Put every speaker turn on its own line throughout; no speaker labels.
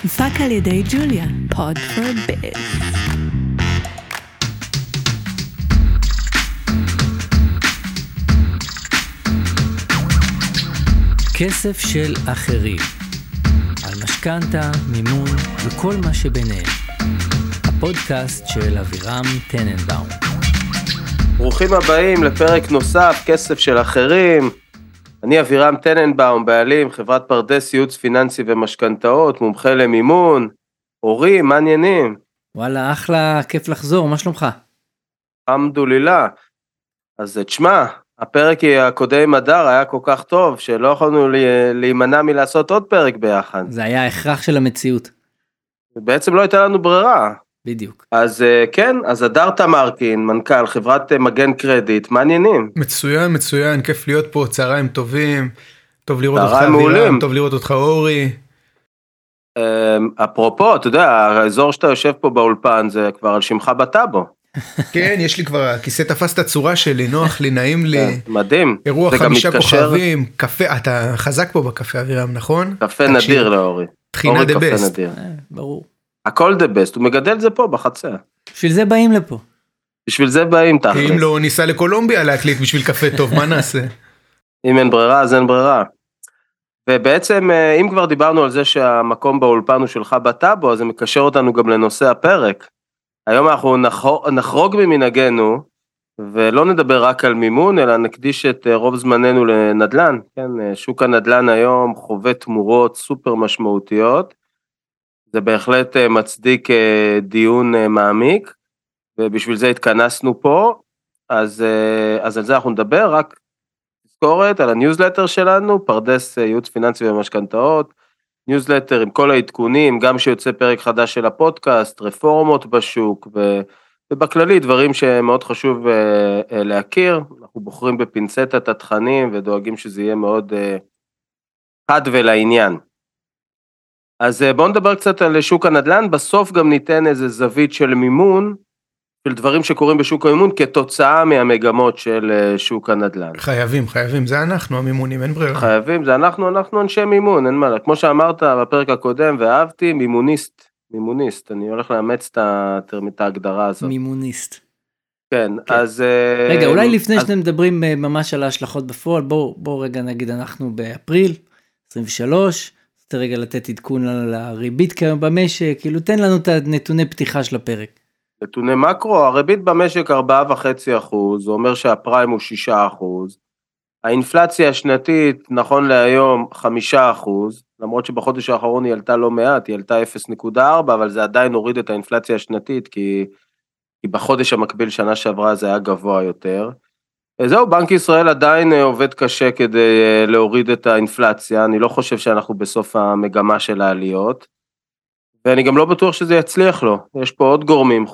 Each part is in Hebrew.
מופק על ידי ג'וליה, Pod for Biz.
כסף של אחרים, על משכנתה, מימון וכל מה שביניהם. הפודקאסט של אבירם טננבאום.
ברוכים הבאים לפרק נוסף, כסף של אחרים. אני אבירם טננבאום, בעלים, חברת פרדס ייעוץ פיננסי ומשכנתאות, מומחה למימון. אורי, מה עניינים?
וואלה, אחלה, כיף לחזור, מה שלומך?
אלחמדולילה. אז תשמע, הפרק הקודם הדר היה כל כך טוב, שלא יכולנו להימנע מלעשות עוד פרק ביחד.
זה היה הכרח של המציאות.
בעצם לא הייתה לנו ברירה.
בדיוק.
אז כן, אז הדר תמרקין, מנכ"ל חברת מגן קרדיט, מה עניינים?
מצוין, מצוין, כיף להיות פה, צהריים טובים, טוב לראות אותך
אבירם,
טוב לראות אותך אורי.
אפרופו, אתה יודע, האזור שאתה יושב פה באולפן זה כבר על שמך בטאבו.
כן, יש לי כבר, הכיסא תפס את הצורה שלי, נוח לי, נעים לי.
מדהים.
אירוע 5 כוכבים, קפה, אתה חזק פה בקפה אבירם, נכון?
קפה נדיר לאורי.
תחינה דה בסט.
ברור.
הכל דה בסט, הוא מגדל זה פה בחצר.
בשביל זה באים לפה.
בשביל זה באים תכל'ס.
אם לא ניסע לקולומביה להקליט בשביל קפה טוב, מה נעשה?
אם אין ברירה, אז אין ברירה. ובעצם, אם כבר דיברנו על זה שהמקום באולפן הוא שלך בטאבו, אז זה מקשר אותנו גם לנושא הפרק. היום אנחנו נחרוג ממנהגנו, ולא נדבר רק על מימון, אלא נקדיש את רוב זמננו לנדל"ן. כן, שוק הנדל"ן היום חווה תמורות סופר משמעותיות, זה בהחלט מצדיק דיון מעמיק, ובשביל זה התכנסנו פה, אז על זה אנחנו נדבר, רק תזכורת על הניוזלטר שלנו, פרדס ייעוץ פיננסי ומשכנתאות, ניוזלטר עם כל העדכונים, גם שיוצא פרק חדש של הפודקאסט, רפורמות בשוק, ובכללי דברים שמאוד חשוב להכיר, אנחנו בוחרים בפינצטת התכנים, ודואגים שזה יהיה מאוד חד ולעניין. אז בואו נדבר קצת על שוק הנדל"ן, בסוף גם ניתן איזה זווית של מימון, של דברים שקורים בשוק המימון, כתוצאה מהמגמות של שוק הנדל"ן.
חייבים, זה אנחנו הממימונים, אין ברירה.
חייבים, זה אנחנו אנשי מימון, אין מה, כמו שאמרת בפרק הקודם, ואהבתי, מימוניסט, אני הולך לאמץ את ההגדרה הזאת.
מימוניסט.
כן, אז...
רגע, אולי לפני שאתם מדברים ממש על ההשלכות בפועל, בואו רגע נגיד, אנחנו באפריל 23, רגע לתת עדכון על הריבית במשק, כאילו תן לנו את נתוני פתיחה של הפרק.
נתוני מקרו, הריבית במשק 4.5%, זה אומר שהפריים הוא 6%, האינפלציה השנתית נכון להיום 5%, למרות שבחודש האחרון היא עלתה לא מעט, היא עלתה 0.4, אבל זה עדיין הוריד את האינפלציה השנתית, כי בחודש המקביל שנה שעברה זה היה גבוה יותר, זהו, בנק ישראל עדיין עובד קשה כדי להוריד את האינפלציה, אני לא חושב שאנחנו בסוף המגמה של העליות, ואני גם לא בטוח שזה יצליח לו, יש פה עוד גורמים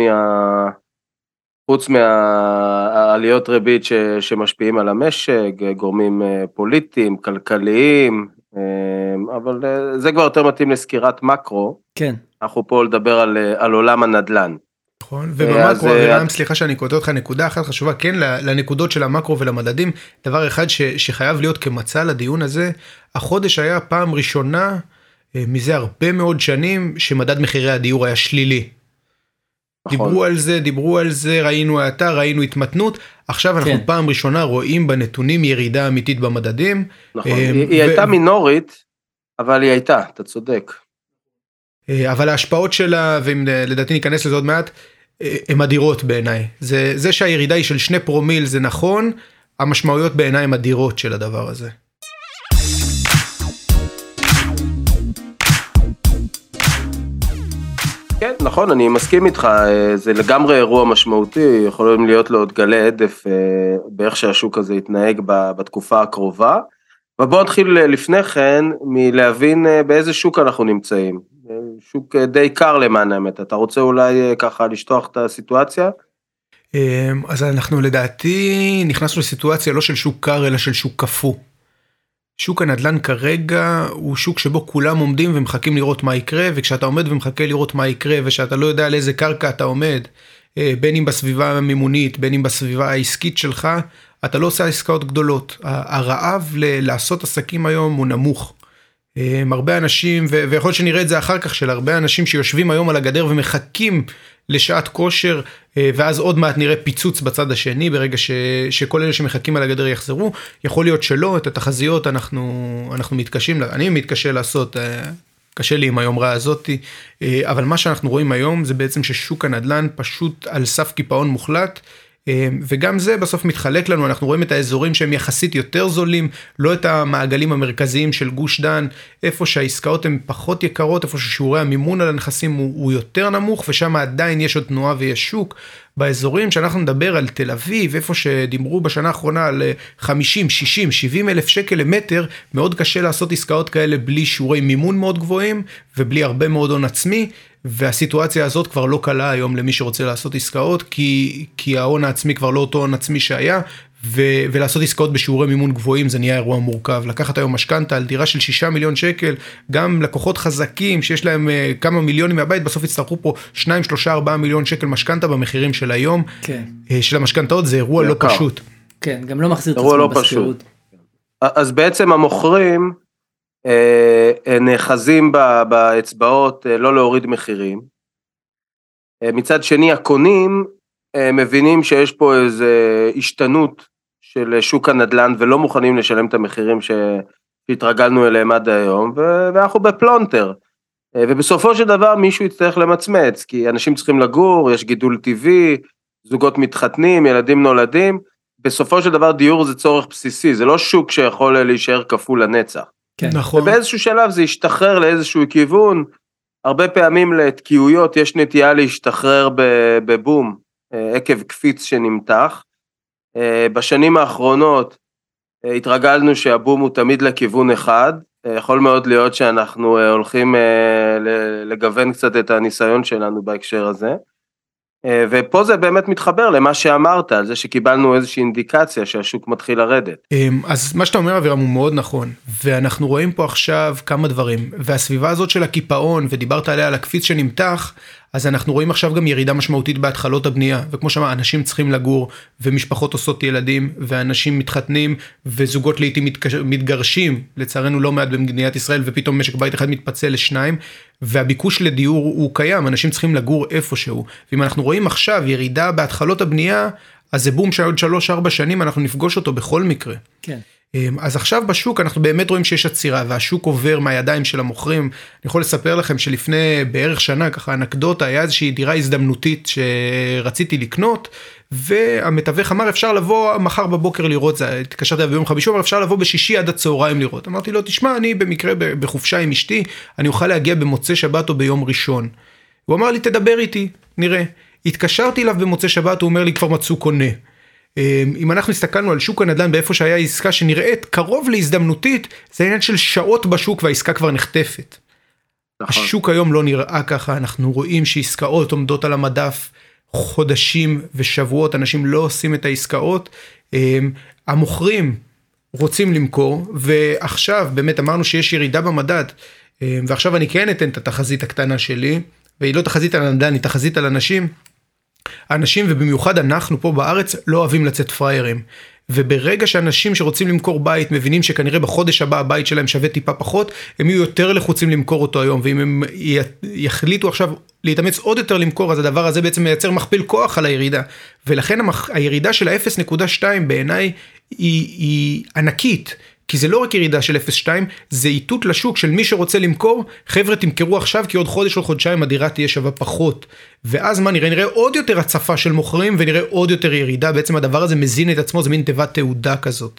חוץ מהעליות ריבית שמשפיעים על המשק, גורמים פוליטיים, כלכליים, אבל זה כבר יותר מתאים לסקירת מקרו,
כן.
אנחנו פה לדבר על עולם הנדל"ן.
נכון, ובמקרו, אבירם, סליחה שאני קוטע אותך, נקודה אחת חשובה, כן, לנקודות של המקרו ולמדדים, דבר אחד שחייב להיות כמצע לדיון הזה, החודש היה פעם ראשונה, מזה הרבה מאוד שנים, שמדד מחירי הדיור היה שלילי. נכון. דיברו על זה, ראינו האטה, ראינו התמתנות, עכשיו אנחנו פעם ראשונה רואים בנתונים ירידה אמיתית במדדים.
נכון, היא הייתה מינורית, אבל היא הייתה, אתה צודק.
אבל ההשפעות שלה, ואם לדעתי ניכנס לזה עוד מעט, הן אדירות בעיניי. זה שהירידה היא של 2 פרומיל זה נכון, המשמעויות בעיניי הן אדירות של הדבר הזה.
כן, נכון, אני מסכים איתך, זה לגמרי אירוע משמעותי, יכולים להיות לו עוד גלי עדף באיך שהשוק הזה יתנהג בתקופה הקרובה, ובואו נתחיל לפני כן מלהבין באיזה שוק אנחנו נמצאים. שוק די קר למען האמת, אתה רוצה אולי ככה לשטוח את הסיטואציה?
אז אנחנו לדעתי נכנסנו לסיטואציה לא של שוק קר אלא של שוק קפוא. שוק הנדל"ן כרגע הוא שוק שבו כולם עומדים ומחכים לראות מה יקרה, וכשאתה עומד ומחכה לראות מה יקרה, ושאתה לא יודע על איזה קרקע אתה עומד, בין אם בסביבה המימונית, בין אם בסביבה העסקית שלך, אתה לא עושה עסקאות גדולות. הרעב לעשות עסקים היום הוא נמוך. הרבה אנשים, ויכול שנראה את זה אחר כך, של הרבה אנשים שיושבים היום על הגדר ומחכים לשעת כושר, ואז עוד מעט נראה פיצוץ בצד השני, ברגע שכל אלה שמחכים על הגדר יחזרו, יכול להיות שלא, את התחזיות אנחנו מתקשים, אני מתקשה לעשות, קשה לי עם היומרה הזאת, אבל מה שאנחנו רואים היום זה בעצם ששוק הנדל"ן פשוט על סף קיפאון מוחלט, וגם זה בסוף מתחלק לנו, אנחנו רואים את האזורים שהם יחסית יותר זולים, לא את המעגלים המרכזיים של גוש דן, איפה שהעסקאות הן פחות יקרות, איפה ששיעורי המימון על הנכסים הוא יותר נמוך, ושם עדיין יש עוד תנועה ויש שוק, באזורים שאנחנו נדבר על תל אביב, איפה שדיברו בשנה האחרונה על 50, 60, 70 אלף שקל למטר, מאוד קשה לעשות עסקאות כאלה בלי שיעורי מימון מאוד גבוהים, ובלי הרבה מאוד הון עצמי, והסיטואציה הזאת כבר לא קלה היום למי שרוצה לעשות עסקאות, כי ההון העצמי כבר לא אותו הון עצמי שהיה, ולעשות עסקאות בשיעורי מימון גבוהים זה נהיה אירוע מורכב. לקחת היום משכנתה על דירה של 6 מיליון שקל, גם לקוחות חזקים שיש להם כמה מיליונים מהבית, בסוף יצטרכו פה 2, 3, 4 מיליון שקל משכנתה במחירים של היום, כן. של המשכנתאות, זה אירוע לא פשוט.
כן, גם לא מחזיר את עצמו בסבירות.
אז בעצם המוכרים נאחזים באצבעות לא להוריד מחירים. מצד שני הקונים מבינים שיש פה איזו השתנות של שוק הנדל"ן ולא מוכנים לשלם את המחירים שהתרגלנו אליהם עד היום, ואנחנו בפלונטר. ובסופו של דבר מישהו יצטרך למצמץ, כי אנשים צריכים לגור, יש גידול טבעי, זוגות מתחתנים, ילדים נולדים, בסופו של דבר דיור זה צורך בסיסי, זה לא שוק שיכול להישאר כפול לנצח.
כן. נכון.
ובאיזשהו שלב זה ישתחרר לאיזשהו כיוון, הרבה פעמים לתקיעויות יש נטייה להשתחרר בבום, עקב קפיץ שנמתח. בשנים האחרונות התרגלנו שהבום הוא תמיד לכיוון אחד, יכול מאוד להיות שאנחנו הולכים לגוון קצת את הניסיון שלנו בהקשר הזה, ופה זה באמת מתחבר למה שאמרת, על זה שקיבלנו איזושהי אינדיקציה שהשוק מתחיל לרדת.
אז מה שאתה אומר אבירם הוא מאוד נכון, ואנחנו רואים פה עכשיו כמה דברים, והסביבה הזאת של הקיפאון, ודיברת עליה על הקפיץ שנמתח, אז אנחנו רואים עכשיו גם ירידה משמעותית בהתחלות הבנייה, וכמו שאמר, אנשים צריכים לגור, ומשפחות עושות ילדים, ואנשים מתחתנים, וזוגות לעתים מתגרשים, לצערנו לא מעט במדינת ישראל, ופתאום משק בית אחד מתפצל לשניים, והביקוש לדיור הוא קיים, אנשים צריכים לגור איפשהו, ואם אנחנו רואים עכשיו ירידה בהתחלות הבנייה, אז זה בום שעוד 3-4 שנים אנחנו נפגוש אותו בכל מקרה.
כן.
אז עכשיו בשוק אנחנו באמת רואים שיש עצירה, והשוק עובר מהידיים של המוכרים. אני יכול לספר לכם שלפני בערך שנה, ככה אנקדוטה, היה איזושהי דירה הזדמנותית שרציתי לקנות, והמתווך אמר אפשר לבוא מחר בבוקר לראות, התקשרתי אליו ביום חמישי, אבל אפשר לבוא בשישי עד הצהריים לראות. אמרתי לו, תשמע, אני במקרה בחופשה עם אשתי, אני אוכל להגיע במוצאי שבת או ביום ראשון. הוא אמר לי, תדבר איתי, נראה. התקשרתי אליו במוצאי שבת, הוא אומר לי, כבר מצאו קונה. אם אנחנו הסתכלנו על שוק הנדל"ן באיפה שהיה עסקה שנראית קרוב להזדמנותית, זה עניין של שעות בשוק והעסקה כבר נחטפת. נכון. השוק היום לא נראה ככה, אנחנו רואים שעסקאות עומדות על המדף חודשים ושבועות, אנשים לא עושים את העסקאות, המוכרים רוצים למכור, ועכשיו באמת אמרנו שיש ירידה במדד, ועכשיו אני כן אתן את התחזית הקטנה שלי, והיא לא תחזית על הנדל"ן, היא תחזית על אנשים, האנשים ובמיוחד אנחנו פה בארץ לא אוהבים לצאת פריירים, וברגע שאנשים שרוצים למכור בית מבינים שכנראה בחודש הבא הבית שלהם שווה טיפה פחות, הם יהיו יותר לחוצים למכור אותו היום, ואם הם יחליטו עכשיו להתאמץ עוד יותר למכור, אז הדבר הזה בעצם מייצר מכפיל כוח על הירידה, ולכן הירידה של ה-0.2 בעיניי היא ענקית, כי זה לא רק ירידה של 0.2, זה איתות לשוק של מי שרוצה למכור, חבר'ה תמכרו עכשיו, כי עוד חודש או חודשיים הדירה תהיה שווה פחות. ואז מה נראה? נראה עוד יותר הצפה של מוכרים, ונראה עוד יותר ירידה, בעצם הדבר הזה מזין את עצמו, זה מין תיבת תעודה כזאת.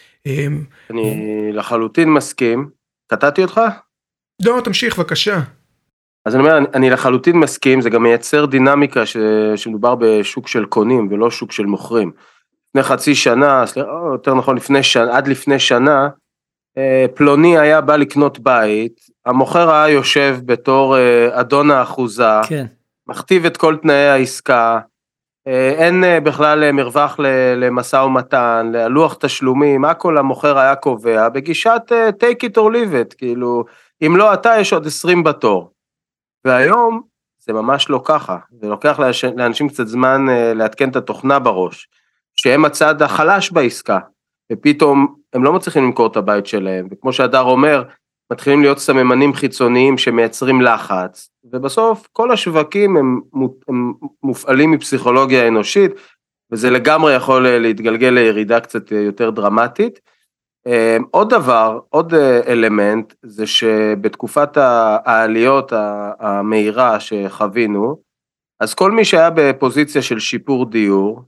אני לחלוטין מסכים. קטעתי אותך?
לא, תמשיך, בבקשה.
אז אני אומר, אני לחלוטין מסכים, זה גם מייצר דינמיקה שמדובר בשוק של קונים, ולא שוק של מוכרים. לפני חצי שנה, יותר נכון עד לפני שנה, פלוני היה בא לקנות בית, המוכר היה יושב בתור אדון האחוזה,
כן.
מכתיב את כל תנאי העסקה, אין בכלל מרווח למשא ומתן, ללוח תשלומים, הכל המוכר היה קובע, בגישת take it or leave it, כאילו, אם לא אתה יש עוד 20 בתור, והיום זה ממש לא ככה, זה לוקח לאנשים קצת זמן להתקן את התוכנה בראש, שהם הצד החלש בעסקה, ופתאום הם לא מצליחים למכור את הבית שלהם, וכמו שהדר אומר, מתחילים להיות סממנים חיצוניים שמייצרים לחץ, ובסוף כל השווקים הם מופעלים מפסיכולוגיה אנושית, וזה לגמרי יכול להתגלגל לירידה קצת יותר דרמטית. עוד דבר, עוד אלמנט, זה שבתקופת העליות המהירה שחווינו, אז כל מי שהיה בפוזיציה של שיפור דיור,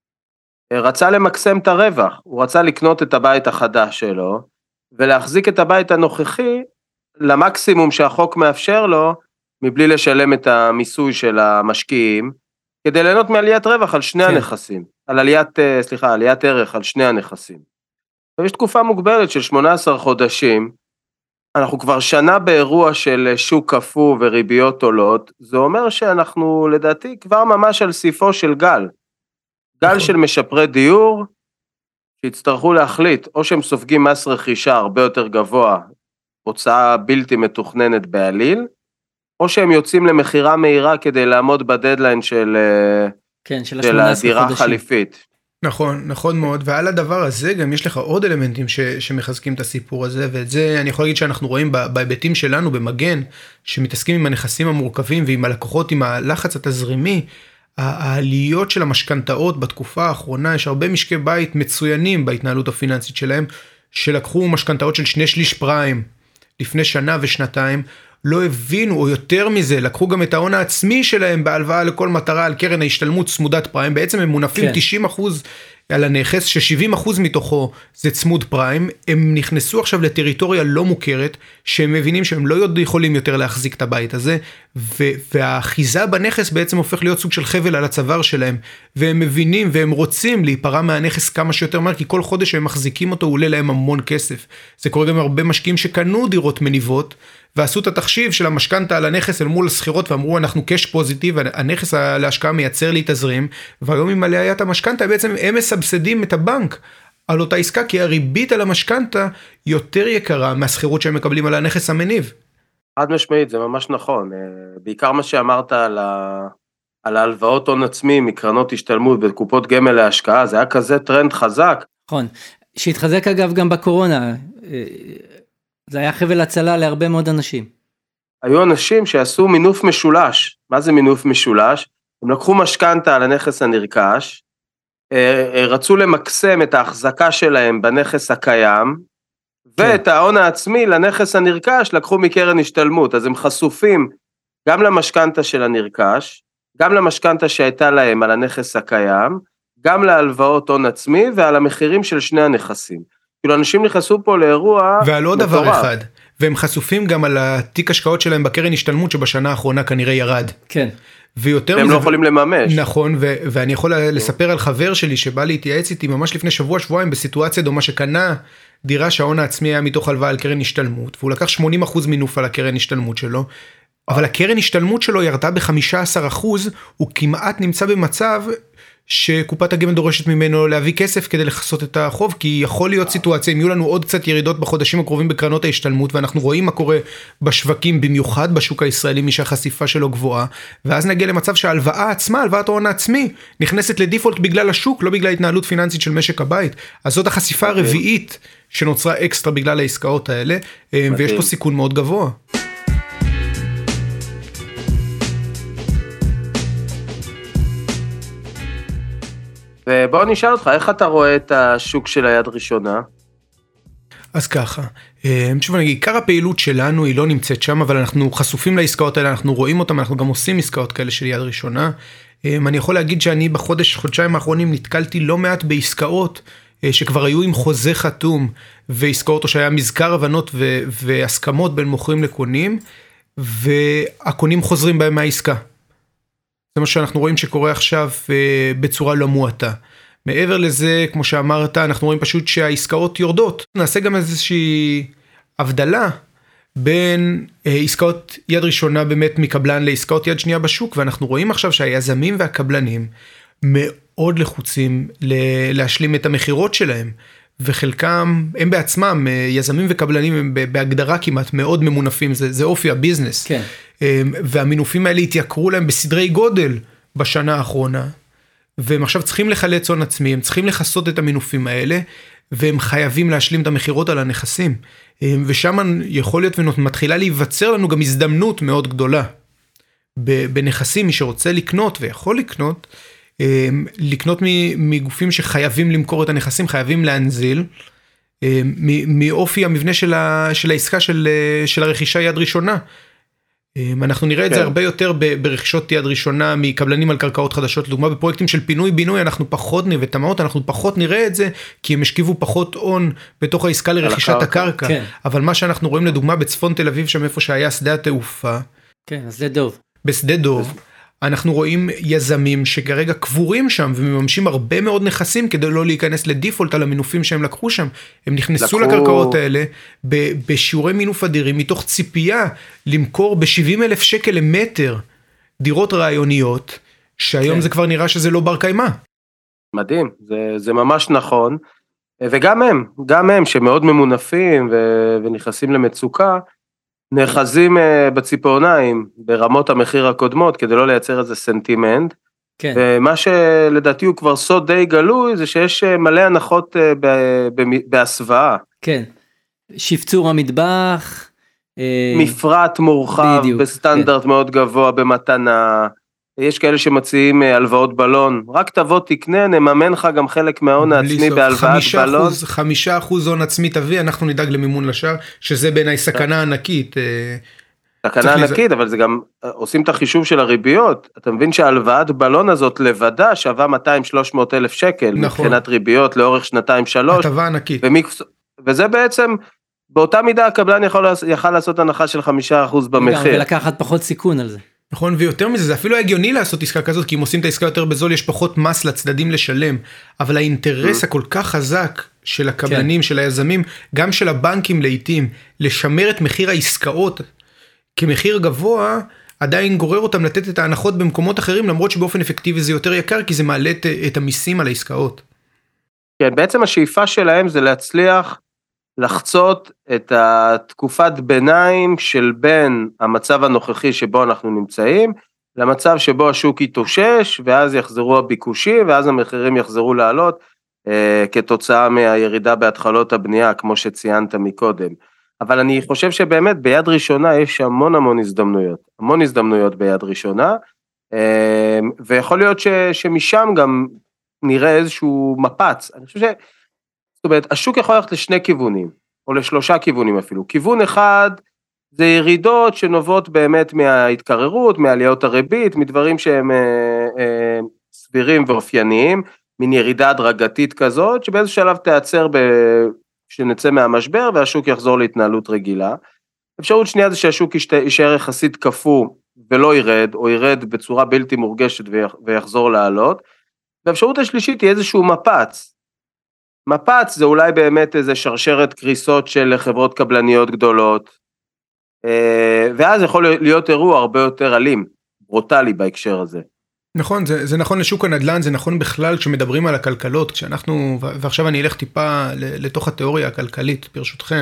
רצה למקסם את הרווח, הוא רצה לקנות את הבית החדש שלו, ולהחזיק את הבית הנוכחי למקסימום שהחוק מאפשר לו, מבלי לשלם את המיסוי של המשקיעים, כדי ליהנות מעליית רווח על שני הנכסים, על עליית ערך על שני הנכסים. ויש תקופה מוגבלת של 18 חודשים, אנחנו כבר שנה באירוע של שוק קפוא וריביות עולות, זה אומר שאנחנו לדעתי כבר ממש על סיפו של גל, גל של משפרי דיור, שיצטרכו להחליט, או שהם סופגים מס רכישה הרבה יותר גבוה, הוצאה בלתי מתוכננת בעליל, או שהם יוצאים למחירה מהירה כדי לעמוד בדדליין של הדירה החליפית.
נכון, נכון מאוד, ועל הדבר הזה גם יש לך עוד אלמנטים שמחזקים את הסיפור הזה, ואת זה אני יכול להגיד שאנחנו רואים בהיבטים שלנו במגן, שמתעסקים עם הנכסים המורכבים ועם הלקוחות, עם הלחץ התזרימי, העליות של המשכנתאות בתקופה האחרונה, יש הרבה משקי בית מצוינים בהתנהלות הפיננסית שלהם, שלקחו משכנתאות של 2/3 פריים לפני שנה ושנתיים, לא הבינו, או יותר מזה, לקחו גם את ההון העצמי שלהם בהלוואה לכל מטרה על קרן ההשתלמות צמודת פריים, בעצם הם מונפים 90% על הנכס, ש70% מתוכו זה צמוד פריים, הם נכנסו עכשיו לטריטוריה לא מוכרת, שהם מבינים שהם לא יכולים יותר להחזיק את הבית הזה, והאחיזה בנכס בעצם הופך להיות סוג של חבל על הצוואר שלהם, והם מבינים והם רוצים להיפרע מהנכס כמה שיותר מהר, כי כל חודש שהם מחזיקים אותו, הוא עולה להם המון כסף. זה קורה גם הרבה משקיעים שקנו דירות מניבות, ועשו את התחשיב של המשכנתה על הנכס אל מול הסחירות, ואמרו אנחנו קש פוזיטיב, הנכס להשקעה מייצר לי תזרים, והיום עם עליית המשכנתה, בעצם הם מסבסדים את הבנק על אותה עסקה, כי הריבית על המשכנתה יותר יקרה מהסחירות שהם מקבלים על הנכס המניב.
חד משמעית, זה ממש נכון. בעיקר מה שאמרת על ההלוואות הון עצמי, מקרנות השתלמות בקופות גמל להשקעה, זה היה כזה טרנד חזק.
נכון, שהתחזק אגב גם בקורונה, זה היה חבל הצלה להרבה מאוד אנשים.
היו אנשים שעשו מינוף משולש. מה זה מינוף משולש? הם לקחו משכנתה על הנכס הנרכש, רצו למקסם את ההחזקה שלהם בנכס הקיים, ואת ההון העצמי לנכס הנרכש לקחו מקרן השתלמות, אז הם חשופים גם למשכנתה של הנרכש, גם למשכנתה שהייתה להם על הנכס הקיים, גם להלוואות הון עצמי ועל המחירים של שני הנכסים. כאילו אנשים נכנסו פה לאירוע מטורף.
ועל עוד דבר אחד, והם חשופים גם על התיק השקעות שלהם בקרן השתלמות שבשנה האחרונה כנראה ירד.
כן.
והם לא יכולים לממש.
נכון, ואני יכול לספר על חבר שלי שבא להתייעץ איתי ממש לפני שבועיים בסיטואציה דומה שקנה דירה שההון העצמי היה מתוך הלוואה על קרן השתלמות, והוא לקח 80% מינוף על הקרן השתלמות שלו, אבל הקרן השתלמות שלו ירדה ב-15%, הוא כמעט נמצא במצב שקופת הגמל דורשת ממנו להביא כסף כדי לחסות את החוב, כי יכול להיות סיטואציה, אם יהיו לנו עוד קצת ירידות בחודשים הקרובים בקרנות ההשתלמות, ואנחנו רואים מה קורה בשווקים, במיוחד בשוק הישראלי, מי שהחשיפה שלו גבוהה, ואז נגיע למצב שההלוואה עצמה, הלוואת ההון העצמי, נכנסת לדיפולט בגלל השוק, לא בגלל התנהלות פיננסית של משק הבית. אז זאת החשיפה הרביעית שנוצרה אקסטרה בגלל העסקאות האלה, ויש פה סיכון מאוד גבוה.
ובואו נשאל אותך, איך אתה רואה את השוק של היד ראשונה?
אז ככה, שוב אני אגיד, עיקר הפעילות שלנו היא לא נמצאת שם, אבל אנחנו חשופים לעסקאות האלה, אנחנו רואים אותם, אנחנו גם עושים עסקאות כאלה של יד ראשונה. אני יכול להגיד שאני חודשיים האחרונים נתקלתי לא מעט בעסקאות, שכבר היו עם חוזה חתום, ועסקאות או שהיה מזכר הבנות והסכמות בין מוכרים לקונים, והקונים חוזרים בהם מהעסקה. זה מה שאנחנו רואים שקורה עכשיו בצורה לא מועטה. מעבר לזה, כמו שאמרת, אנחנו רואים פשוט שהעסקאות יורדות. נעשה גם איזושהי הבדלה בין עסקאות יד ראשונה באמת מקבלן לעסקאות יד שנייה בשוק, ואנחנו רואים עכשיו שהיזמים והקבלנים מאוד לחוצים להשלים את המחירות שלהם, וחלקם, הם בעצמם, יזמים וקבלנים הם בהגדרה כמעט מאוד ממונפים, זה אופי הביזנס.
כן.
והמינופים האלה התייקרו להם בסדרי גודל בשנה האחרונה, והם עכשיו צריכים לחלץ הון עצמי, הם צריכים לחסות את המינופים האלה, והם חייבים להשלים את המחירות על הנכסים, ושם יכול להיות ומתחילה להיווצר לנו גם הזדמנות מאוד גדולה, בנכסים, מי שרוצה לקנות ויכול לקנות מגופים שחייבים למכור את הנכסים, חייבים להנזיל, מאופי המבנה של העסקה של הרכישה יד ראשונה. אנחנו נראה את זה הרבה יותר ברכישות יד ראשונה מקבלנים על קרקעות חדשות, לדוגמה בפרויקטים של פינוי בינוי אנחנו פחות נראה, ותמ"אות אנחנו פחות נראה את זה, כי הם השכיבו פחות הון בתוך העסקה לרכישת הקרקע, אבל מה שאנחנו רואים לדוגמה בצפון תל אביב, שם איפה שהיה שדה התעופה,
שדה דוב.
בשדה דוב, אנחנו רואים יזמים שכרגע קבורים שם, ומממשים הרבה מאוד נכסים, כדי לא להיכנס לדיפולט על המינופים שהם לקחו שם, הם נכנסו לקרקעות האלה, בשיעורי מינוף אדירים, מתוך ציפייה למכור ב-70,000 שקל למטר, דירות רעיוניות, שהיום זה כבר נראה שזה לא בר קיימא.
מדהים, זה ממש נכון, וגם הם שמאוד ממונפים, ונכנסים למצוקה, נאחזים בציפורניים ברמות המחיר הקודמות, כדי לא לייצר איזה סנטימנט, כן. ומה שלדעתי הוא כבר סוד די גלוי, זה שיש מלא הנחות בהסוואה.
כן, שפצור המטבח,
מפרט מורחב, בדיוק, בסטנדרט כן. מאוד גבוה במתנה, יש כאלה שמציעים הלוואות בלון, רק תבוא תקנה, נממן לך גם חלק מההון העצמי בהלוואת בלון.
5% הון עצמי תביא, אנחנו נדאג למימון לשאר, שזה בעיניי סכנה ענקית.
סכנה ענקית, אבל זה גם, עושים את החישוב של הריביות, אתה מבין שההלוואת בלון הזאת לבדה שווה 200-300 אלף שקל, מבחינת ריביות לאורך 2-3.
הטבה ענקית.
וזה בעצם, באותה מידה הקבלן יכל לעשות הנחה של 5% במחיר.
ולקחת פחות סיכון על זה.
נכון, ויותר מזה, זה אפילו הגיוני לעשות עסקה כזאת, כי אם עושים את העסקה יותר בזול, יש פחות מס לצדדים לשלם, אבל האינטרס הכל כך חזק של הקבלנים, של היזמים, גם של הבנקים לעתים, לשמר את מחיר העסקאות כמחיר גבוה, עדיין גורר אותם לתת את ההנחות במקומות אחרים, למרות שבאופן אפקטיבי זה יותר יקר, כי זה מעלה את המיסים על העסקאות.
כן, בעצם השאיפה שלהם זה להצליח לחצות את התקופת ביניים של בין המצב הנוכחי שבו אנחנו נמצאים, למצב שבו השוק יתאושש, ואז יחזרו הביקושים, ואז המחירים יחזרו לעלות, כתוצאה מהירידה בהתחלות הבנייה, כמו שציינת מקודם. אבל אני חושב שבאמת ביד ראשונה יש המון הזדמנויות ביד ראשונה, ויכול להיות שמשם גם נראה איזשהו מפץ. אני חושב זאת אומרת, השוק יכול ללכת לשני כיוונים, או לשלושה כיוונים אפילו. כיוון אחד, זה ירידות שנובעות באמת מההתקררות, מעליות הריבית, מדברים שהם סבירים ואופייניים, מין ירידה הדרגתית כזאת, שבאיזשהו שלב תיעצר שנצא מהמשבר, והשוק יחזור להתנהלות רגילה. אפשרות שנייה זה שהשוק יישאר יחסית קפוא, ולא ירד, או ירד בצורה בלתי מורגשת ויחזור לעלות. והאפשרות השלישית היא איזשהו מפץ. מפץ זה אולי באמת איזה שרשרת קריסות של חברות קבלניות גדולות, ואז יכול להיות אירוע הרבה יותר אלים, ברוטלי בהקשר הזה.
נכון, זה נכון לשוק הנדל"ן, זה נכון בכלל כשמדברים על הכלכלות, כשאנחנו, ועכשיו אני אלך טיפה לתוך התיאוריה הכלכלית, ברשותכם,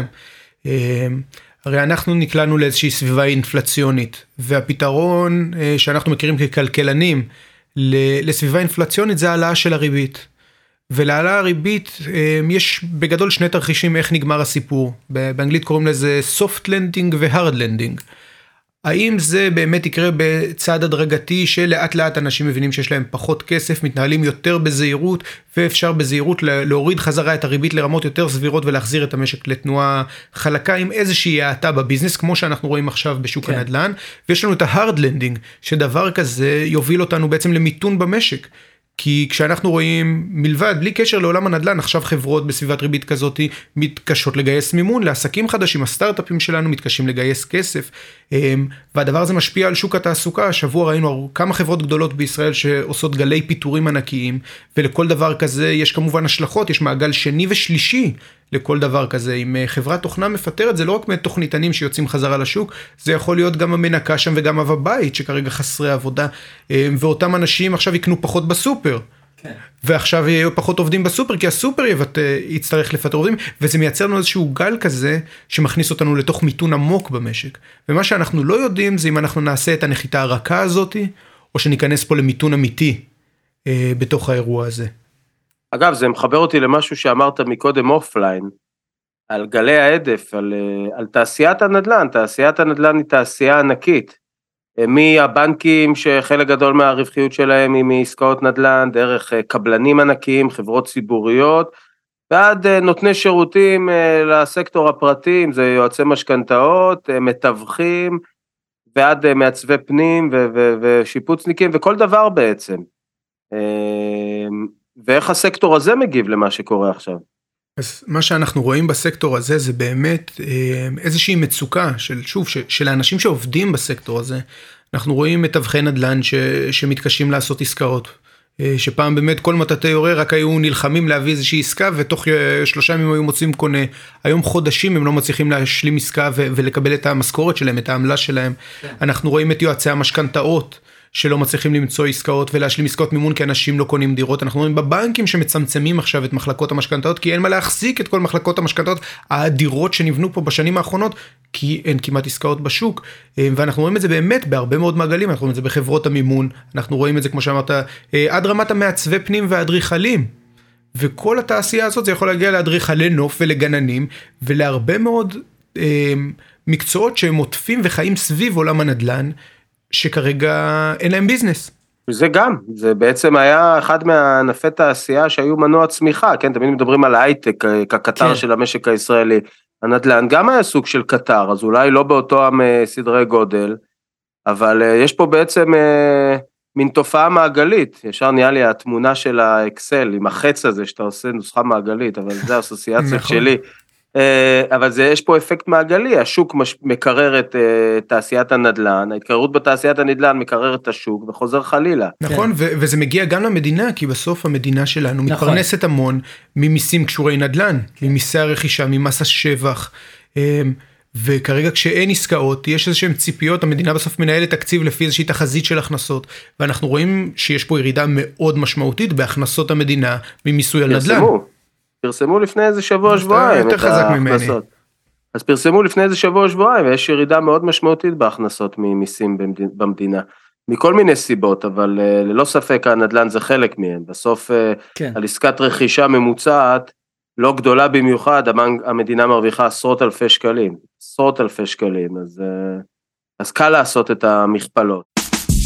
הרי אנחנו נקלענו לאיזושהי סביבה אינפלציונית, והפתרון שאנחנו מכירים ככלכלנים, לסביבה אינפלציונית זה העלאה של הריבית. ולעלה הריבית יש בגדול שני תרחישים איך נגמר הסיפור. באנגלית קוראים לזה soft landing ו-hard landing. האם זה באמת יקרה בצעד הדרגתי שלאט לאט אנשים מבינים שיש להם פחות כסף, מתנהלים יותר בזהירות, ואפשר בזהירות להוריד חזרה את הריבית לרמות יותר סבירות ולהחזיר את המשק לתנועה חלקה עם איזושהי האטה בביזנס, כמו שאנחנו רואים עכשיו בשוק הנדל"ן, ויש לנו את ה-hard landing, שדבר כזה יוביל אותנו בעצם למיתון במשק. כי כשאנחנו רואים מלבד, בלי קשר לעולם הנדל"ן, עכשיו חברות בסביבת ריבית כזאת מתקשות לגייס מימון, לעסקים חדשים, הסטארט-אפים שלנו מתקשים לגייס כסף, והדבר הזה משפיע על שוק התעסוקה. השבוע ראינו כמה חברות גדולות בישראל שעושות גלי פיטורים ענקיים, ולכל דבר כזה יש כמובן השלכות, יש מעגל שני ושלישי לכל דבר כזה. אם חברת תוכנה מפטרת, זה לא רק מתוכניתנים שיוצאים חזרה לשוק, זה יכול להיות גם המנקה שם וגם אב הבית שכרגע חסרי עבודה, ואותם אנשים עכשיו יקנו פחות בסופר. ועכשיו יהיו פחות עובדים בסופר, כי הסופר יצטרך לפטר עובדים, וזה מייצר לנו איזשהו גל כזה, שמכניס אותנו לתוך מיתון עמוק במשק. ומה שאנחנו לא יודעים, זה אם אנחנו נעשה את הנחיתה הרכה הזאת, או שניכנס פה למיתון אמיתי, בתוך האירוע הזה.
אגב, זה מחבר אותי למשהו שאמרת מקודם אופליין, על גלי העדף, על תעשיית הנדל"ן. תעשיית הנדל"ן היא תעשייה ענקית, מהבנקים שחלק גדול מהרווחיות שלהם היא מעסקאות נדל"ן, דרך קבלנים ענקיים, חברות ציבוריות, ועד נותני שירותים לסקטור הפרטי, אם זה יועצי משכנתאות, מתווכים, ועד מעצבי פנים ושיפוצניקים, וכל דבר בעצם. ואיך הסקטור הזה מגיב למה שקורה עכשיו?
אז מה שאנחנו רואים בסקטור הזה זה באמת איזושהי מצוקה של האנשים שעובדים בסקטור הזה. אנחנו רואים מתווכי נדל"ן שמתקשים לעשות עסקאות, שפעם באמת כל מטאטי יורה רק היו נלחמים להביא איזושהי עסקה, ותוך 3 ימים היו מוצאים קונה. היום חודשים הם לא מצליחים להשלים עסקה ולקבל את המשכורת שלהם, את העמלה שלהם. אנחנו רואים את יועצי המשכנתאות, שלא מצליחים למצוא עסקאות ולהשלים עסקאות מימון, כי אנשים לא קונים דירות. אנחנו רואים בבנקים שמצמצמים עכשיו את מחלקות המשכנתאות, כי אין מה להחזיק את כל מחלקות המשכנתאות האדירות שנבנו פה בשנים האחרונות, כי אין כמעט עסקאות בשוק. ואנחנו רואים את זה באמת בהרבה מאוד מעגלים. אנחנו רואים את זה בחברות המימון, אנחנו רואים את זה, כמו שאמרת, עד רמת המעצבי פנים והאדריכלים. וכל התעשייה הזאת זה יכול להגיע לאדריכלי נוף ולגננים, ולהרבה מאוד מקצועות שהם עוטפים וחיים סביב עולם הנדל"ן, שכרגע אין להם ביזנס.
זה גם, זה בעצם היה אחד מהענפי תעשייה שהיו מנוע צמיחה, כן, תמיד מדברים על ההייטק, כקטר של המשק הישראלי, הנדל"ן גם היה סוג של קטר, אז אולי לא באותם סדרי גודל, אבל יש פה בעצם מין תופעה מעגלית, ישר נהיה לי התמונה של האקסל, עם החץ הזה שאתה עושה נוסחה מעגלית, אבל זה האסוציאציה שלי, אבל יש פה אפקט מעגלי, השוק מקרר את תעשיית הנדל"ן, ההתקררות בתעשיית הנדל"ן מקרר את השוק וחוזר חלילה.
נכון, וזה מגיע גם למדינה, כי בסוף המדינה שלנו מתפרנסת המון ממיסים קשורי נדל"ן, ממיסי הרכישה, ממס השבח, וכרגע כשאין עסקאות, יש איזושהי ציפיות, המדינה בסוף מנהלת תקציב לפי איזושהי תחזית של הכנסות, ואנחנו רואים שיש פה ירידה מאוד משמעותית בהכנסות המדינה ממיסוי על נדל"ן.
פרסמו לפני איזה שבוע-שבועיים את ההכנסות. אז פרסמו לפני איזה שבוע-שבועיים, ויש ירידה מאוד משמעותית בהכנסות ממיסים במדינה. מכל מיני סיבות, אבל ללא ספק הנדל"ן זה חלק מהם. בסוף על עסקת רכישה ממוצעת, לא גדולה במיוחד, המדינה מרוויחה עשרות אלפי שקלים. אז קל לעשות את המכפלות.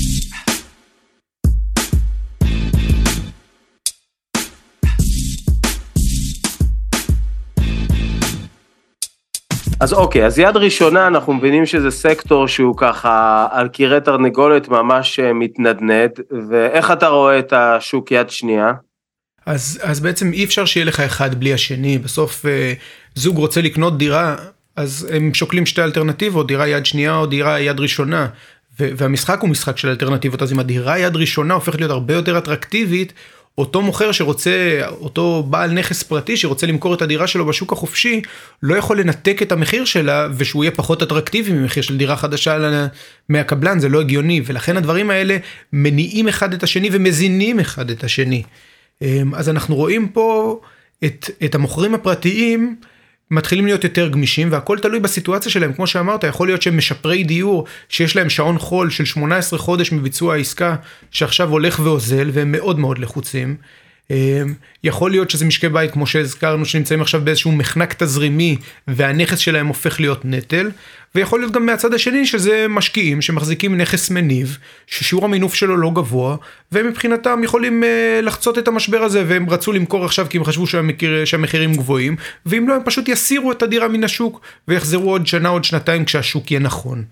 אז אוקיי, אז יד ראשונה אנחנו מבינים שזה סקטור שהוא ככה על קירי תרנגולת ממש מתנדנד, ואיך אתה רואה את השוק יד שנייה?
אז בעצם אי אפשר שיהיה לך אחד בלי השני, בסוף זוג רוצה לקנות דירה, אז הם שוקלים שתי אלטרנטיבות, דירה יד שנייה או דירה יד ראשונה, והמשחק הוא משחק של אלטרנטיבות, אז אם הדירה יד ראשונה הופכת להיות הרבה יותר אטרקטיבית, אותו מוכר שרוצה, אותו בעל נכס פרטי שרוצה למכור את הדירה שלו בשוק החופשי, לא יכול לנתק את המחיר שלה, ושהוא יהיה פחות אטרקטיבי ממחיר של דירה חדשה מהקבלן, זה לא הגיוני, ולכן הדברים האלה מניעים אחד את השני ומזינים אחד את השני. אז אנחנו רואים פה את המוכרים הפרטיים, מתחילים להיות יותר גמישים, והכל תלוי בסיטואציה שלהם, כמו שאמרת, יכול להיות שהם משפרי דיור, שיש להם שעון חול של 18 חודש מביצוע העסקה, שעכשיו הולך ואוזל, והם מאוד מאוד לחוצים. יכול להיות שזה משקי בית, כמו שהזכרנו, שנמצאים עכשיו באיזשהו מחנק תזרימי, והנכס שלהם הופך להיות נטל, ויכול להיות גם מהצד השני, שזה משקיעים שמחזיקים נכס מניב, ששיעור המינוף שלו לא גבוה, ומבחינתם יכולים לחצות את המשבר הזה, והם רצו למכור עכשיו, כי הם חשבו שהמחירים גבוהים, ואם לא, הם פשוט יסירו את הדירה מן השוק, ויחזרו עוד שנה, עוד שנתיים, כשהשוק יהיה נכון.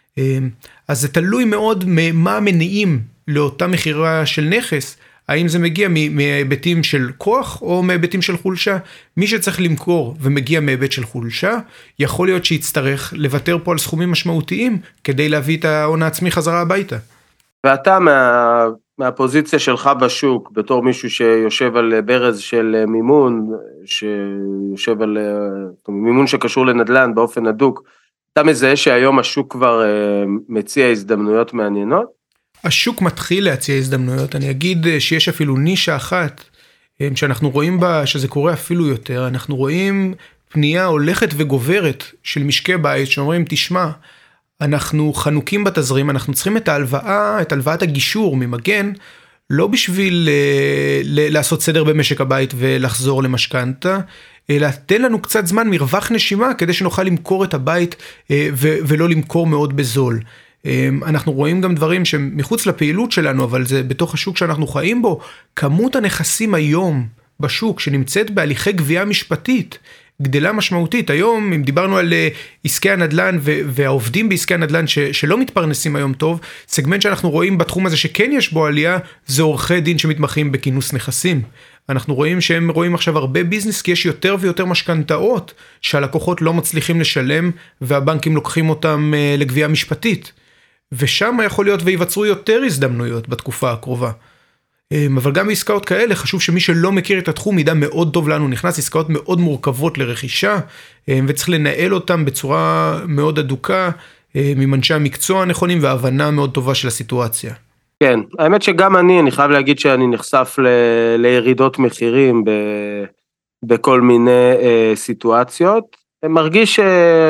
אז זה תלוי מאוד מה המניעים לאותה מחירה של נכס, האם זה מגיע מהיבטים של כוח או מהיבטים של חולשה? מי שצריך למכור ומגיע מהיבט של חולשה, יכול להיות שיצטרך לוותר פה על סכומים משמעותיים, כדי להביא את ההון העצמי חזרה הביתה.
ואתה מהפוזיציה שלך בשוק, בתור מישהו שיושב על ברז של מימון, שיושב על מימון שקשור לנדל"ן באופן הדוק, אתה מזהה שהיום השוק כבר מציע הזדמנויות מעניינות?
השוק מתחיל להציע הזדמנויות, אני אגיד שיש אפילו נישה אחת, שאנחנו רואים בה שזה קורה אפילו יותר, אנחנו רואים פנייה הולכת וגוברת של משקי בית, שאומרים תשמע, אנחנו חנוקים בתזרים, אנחנו צריכים את ההלוואה, את הלוואת הגישור ממגן, לא בשביל לעשות סדר במשק הבית ולחזור למשכנתה, אלא תן לנו קצת זמן מרווח נשימה, כדי שנוכל למכור את הבית ולא למכור מאוד בזול. אנחנו רואים גם דברים שמחוץ לפעילות שלנו, אבל זה בתוך השוק שאנחנו חיים בו, כמות הנכסים היום בשוק שנמצאת בהליכי גבייה משפטית, גדלה משמעותית. היום, אם דיברנו על עסקי הנדל"ן והעובדים בעסקי הנדל"ן שלא מתפרנסים היום טוב, סגמנט שאנחנו רואים בתחום הזה שכן יש בו עלייה, זה עורכי דין שמתמחים בכינוס נכסים. אנחנו רואים שהם רואים עכשיו הרבה ביזנס, כי יש יותר ויותר משכנתאות שהלקוחות לא מצליחים לשלם, והבנקים לוקחים אותם לגבייה משפטית. ושם יכול להיות ויווצרו יותר הזדמנויות בתקופה הקרובה. אבל גם בעסקאות כאלה חשוב שמי שלא מכיר את התחום ידע מאוד טוב לנו, נכנס עסקאות מאוד מורכבות לרכישה, וצריך לנהל אותם בצורה מאוד אדוקה, ממנשי המקצוע הנכונים וההבנה מאוד טובה של הסיטואציה.
כן, האמת שגם אני חייב להגיד שאני נחשף לירידות מחירים בכל מיני סיטואציות. מרגיש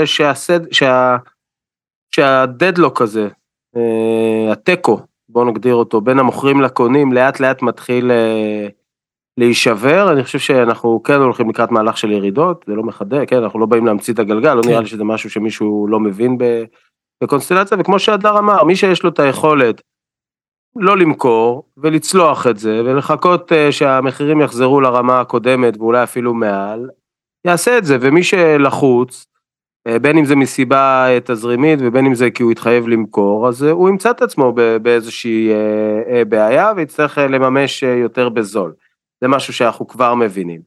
שהדדלוק הזה, הטקו, בואו נגדיר אותו, בין המוכרים לקונים, לאט לאט מתחיל להישבר. אני חושב שאנחנו כן הולכים לקראת מהלך של ירידות, זה לא מחדש, כן, אנחנו לא באים להמציא את הגלגל, לא נראה לי שזה משהו שמישהו לא מבין בקונסטלציה, וכמו שהדר אמר, מי שיש לו את היכולת לא למכור ולצלוח את זה, ולחכות שהמחירים יחזרו לרמה הקודמת, ואולי אפילו מעל, יעשה את זה, ומי שלחוץ, בין אם זה מסיבה תזרימית, ובין אם זה כי הוא יתחייב למכור, אז הוא ימצא את עצמו באיזושהי בעיה, ויצטרך לממש יותר בזול. זה משהו שאנחנו כבר מבינים.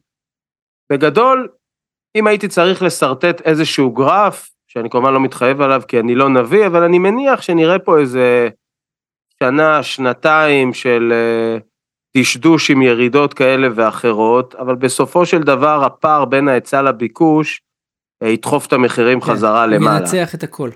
בגדול, אם הייתי צריך לסרטט איזשהו גרף, שאני כמובן לא מתחייב עליו, כי אני לא נביא, אבל אני מניח שנראה פה איזה שנה, שנתיים של דשדוש עם ירידות כאלה ואחרות, אבל בסופו של דבר, הפער בין ההיצע לביקוש, ידחוף את המחירים חזרה למעלה.
ינצח את הכל.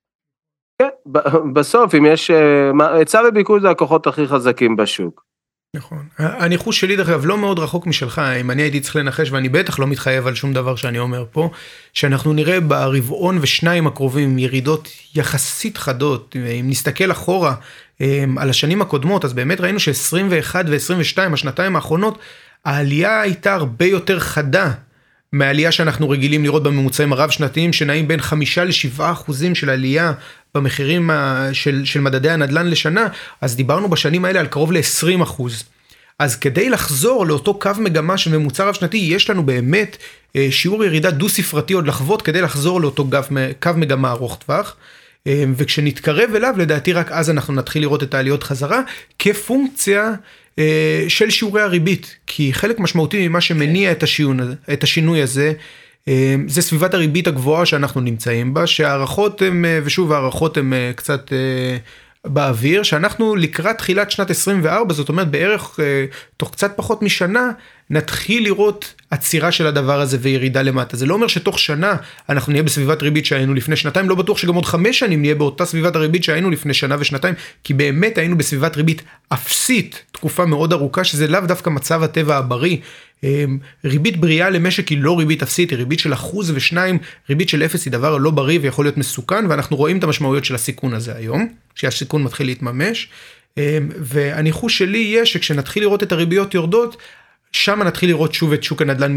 כן, בסוף, אם יש היצע וביקוש, זה הכוחות הכי חזקים בשוק.
נכון. הניחוש שלי דרך אגב לא מאוד רחוק משלך, אם אני הייתי צריך לנחש, ואני בטח לא מתחייב על שום דבר שאני אומר פה, שאנחנו נראה ברבעון ושניים הקרובים ירידות יחסית חדות. אם נסתכל אחורה על השנים הקודמות, אז באמת ראינו ש21 ו-22, השנתיים האחרונות, העלייה הייתה הרבה יותר חדה, מהעלייה שאנחנו רגילים לראות בממוצעים הרב שנתיים, שנעים בין 5-7% של עלייה במחירים של מדדי הנדל"ן לשנה, אז דיברנו בשנים האלה על קרוב ל-20%. אז כדי לחזור לאותו קו מגמה של ממוצע רב שנתי, יש לנו באמת שיעור ירידה דו-ספרתי עוד לחוות, כדי לחזור לאותו קו מגמה ארוך טווח, וכשנתקרב אליו, לדעתי רק אז אנחנו נתחיל לראות את העליות חזרה, כפונקציה של שיעורי הריבית, כי חלק משמעותי ממה שמניע את השינוי הזה, זה סביבת הריבית הגבוהה שאנחנו נמצאים בה, שהערכות הן, ושוב הערכות הן קצת באוויר, שאנחנו לקראת תחילת שנת 24, זאת אומרת בערך תוך קצת פחות משנה, נתחיל לראות עצירה של הדבר הזה וירידה למטה. זה לא אומר שתוך שנה אנחנו נהיה בסביבת ריבית שהיינו לפני שנתיים, לא בטוח שגם עוד 5 שנים נהיה באותה סביבת הריבית שהיינו לפני שנה ושנתיים, כי באמת היינו בסביבת ריבית אפסית, תקופה מאוד ארוכה, שזה לאו דווקא מצב הטבע הבריא. ריבית בריאה למשק היא לא ריבית אפסית, היא ריבית של 1% ו2%, ריבית של 0 היא דבר לא בריא ויכול להיות מסוכן, ואנחנו רואים את המשמעויות של הסיכון הזה היום, שהסיכון מתחיל להתממש, והניחוש שלי יהיה שכשנתחיל לראות את הריביות יורדות, שם נתחיל לראות שוב את שוק הנדל"ן